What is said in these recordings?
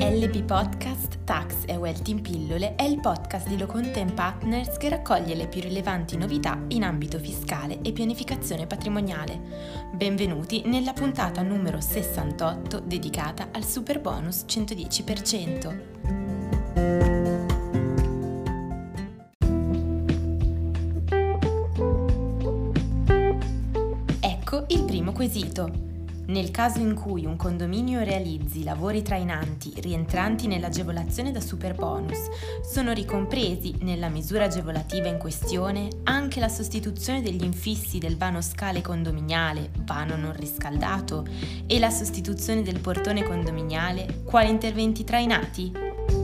LB Podcast Tax e Wealth in pillole è il podcast di Loconte & Partners che raccoglie le più rilevanti novità in ambito fiscale e pianificazione patrimoniale. Benvenuti nella puntata numero 68 dedicata al Superbonus 110%. Ecco il primo quesito. Nel caso in cui un condominio realizzi lavori trainanti rientranti nell'agevolazione da Superbonus, sono ricompresi nella misura agevolativa in questione anche la sostituzione degli infissi del vano scale condominiale, vano non riscaldato, e la sostituzione del portone condominiale, quali interventi trainati?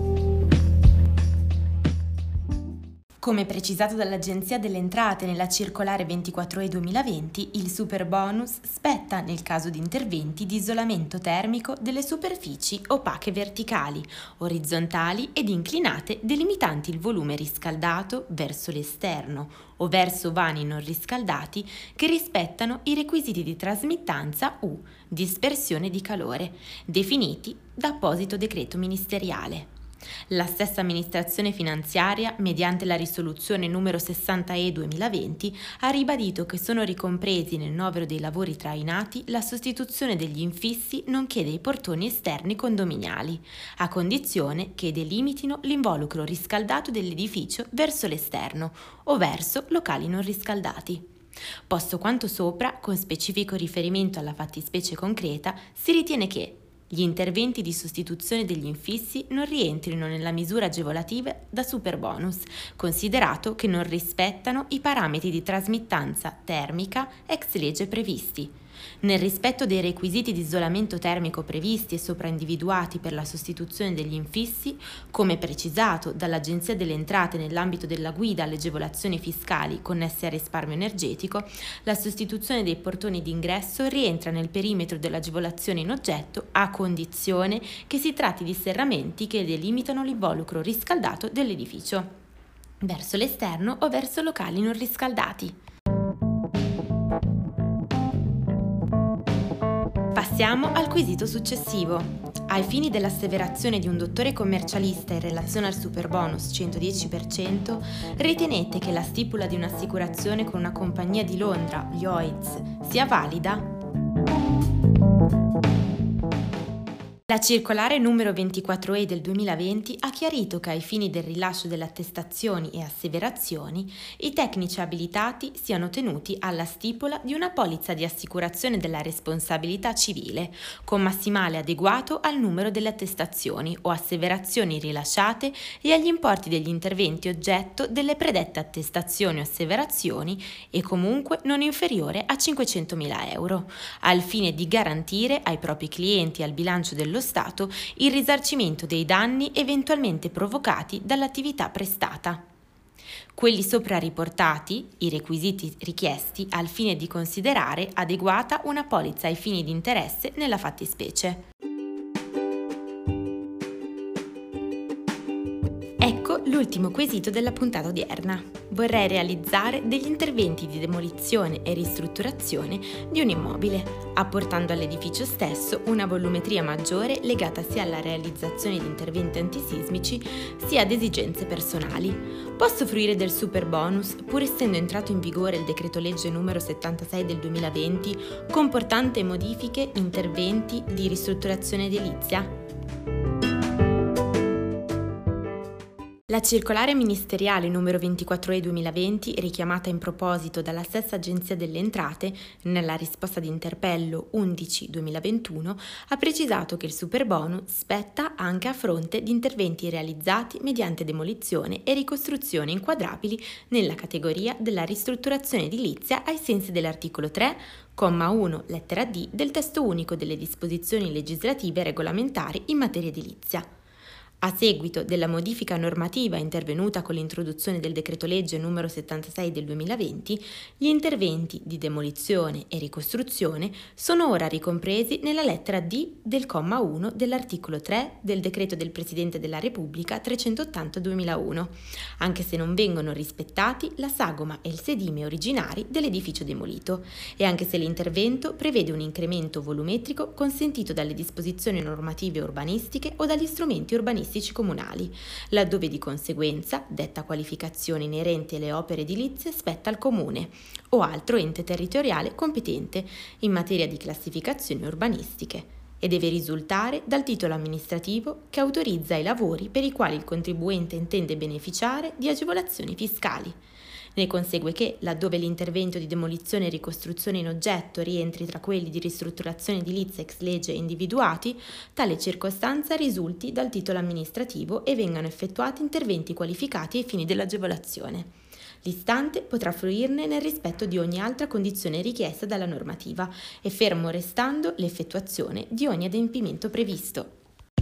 Come precisato dall'Agenzia delle Entrate nella circolare 24/2020, il Superbonus spetta nel caso di interventi di isolamento termico delle superfici opache verticali, orizzontali ed inclinate delimitanti il volume riscaldato verso l'esterno o verso vani non riscaldati che rispettano i requisiti di trasmittanza u dispersione di calore, definiti da apposito decreto ministeriale. La stessa amministrazione finanziaria, mediante la risoluzione numero 60/2020, ha ribadito che sono ricompresi nel novero dei lavori trainati la sostituzione degli infissi nonché dei portoni esterni condominiali, a condizione che delimitino l'involucro riscaldato dell'edificio verso l'esterno o verso locali non riscaldati. Posto quanto sopra, con specifico riferimento alla fattispecie concreta, si ritiene che gli interventi di sostituzione degli infissi non rientrino nella misura agevolativa da Superbonus, considerato che non rispettano i parametri di trasmittanza termica ex legge previsti. Nel rispetto dei requisiti di isolamento termico previsti e sopraindividuati per la sostituzione degli infissi, come precisato dall'Agenzia delle Entrate nell'ambito della guida alle agevolazioni fiscali connesse al risparmio energetico, la sostituzione dei portoni d'ingresso rientra nel perimetro dell'agevolazione in oggetto a condizione che si tratti di serramenti che delimitano l'involucro riscaldato dell'edificio verso l'esterno o verso locali non riscaldati. Passiamo al quesito successivo. Ai fini dell'asseverazione di un dottore commercialista in relazione al Superbonus 110%, ritenete che la stipula di un'assicurazione con una compagnia di Londra, Lloyds, sia valida? La circolare numero 24/E del 2020 ha chiarito che ai fini del rilascio delle attestazioni e asseverazioni, i tecnici abilitati siano tenuti alla stipula di una polizza di assicurazione della responsabilità civile, con massimale adeguato al numero delle attestazioni o asseverazioni rilasciate e agli importi degli interventi oggetto delle predette attestazioni o asseverazioni e comunque non inferiore a 500.000 euro, al fine di garantire ai propri clienti e al bilancio dello Stato il risarcimento dei danni eventualmente provocati dall'attività prestata. Quelli sopra riportati, i requisiti richiesti al fine di considerare adeguata una polizza ai fini di interesse nella fattispecie. Ecco l'ultimo quesito della puntata odierna. Vorrei realizzare degli interventi di demolizione e ristrutturazione di un immobile, apportando all'edificio stesso una volumetria maggiore legata sia alla realizzazione di interventi antisismici sia ad esigenze personali. Posso fruire del Superbonus pur essendo entrato in vigore il decreto legge numero 76 del 2020 comportante modifiche, interventi di ristrutturazione edilizia? La circolare ministeriale numero 24/E 2020, richiamata in proposito dalla stessa Agenzia delle Entrate nella risposta di interpello 11/2021, ha precisato che il Superbonus spetta anche a fronte di interventi realizzati mediante demolizione e ricostruzione inquadrabili nella categoria della ristrutturazione edilizia ai sensi dell'articolo 3, comma 1, lettera D del testo unico delle disposizioni legislative e regolamentari in materia edilizia. A seguito della modifica normativa intervenuta con l'introduzione del decreto-legge numero 76 del 2020, gli interventi di demolizione e ricostruzione sono ora ricompresi nella lettera D del comma 1 dell'articolo 3 del decreto del Presidente della Repubblica 380/2001, anche se non vengono rispettati la sagoma e il sedime originari dell'edificio demolito e anche se l'intervento prevede un incremento volumetrico consentito dalle disposizioni normative urbanistiche o dagli strumenti urbanistici comunali, laddove di conseguenza detta qualificazione inerente alle opere edilizie spetta al comune o altro ente territoriale competente in materia di classificazioni urbanistiche e deve risultare dal titolo amministrativo che autorizza i lavori per i quali il contribuente intende beneficiare di agevolazioni fiscali. Ne consegue che, laddove l'intervento di demolizione e ricostruzione in oggetto rientri tra quelli di ristrutturazione edilizia ex legge individuati, tale circostanza risulti dal titolo amministrativo e vengano effettuati interventi qualificati ai fini dell'agevolazione. L'istante potrà fruirne nel rispetto di ogni altra condizione richiesta dalla normativa e fermo restando l'effettuazione di ogni adempimento previsto.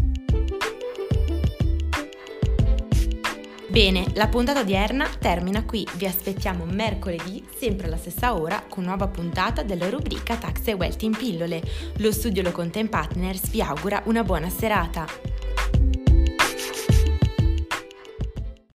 Bene, la puntata odierna termina qui. Vi aspettiamo mercoledì, sempre alla stessa ora, con nuova puntata della rubrica Tax e Wealth in pillole. Lo studio Locontent Partners vi augura una buona serata.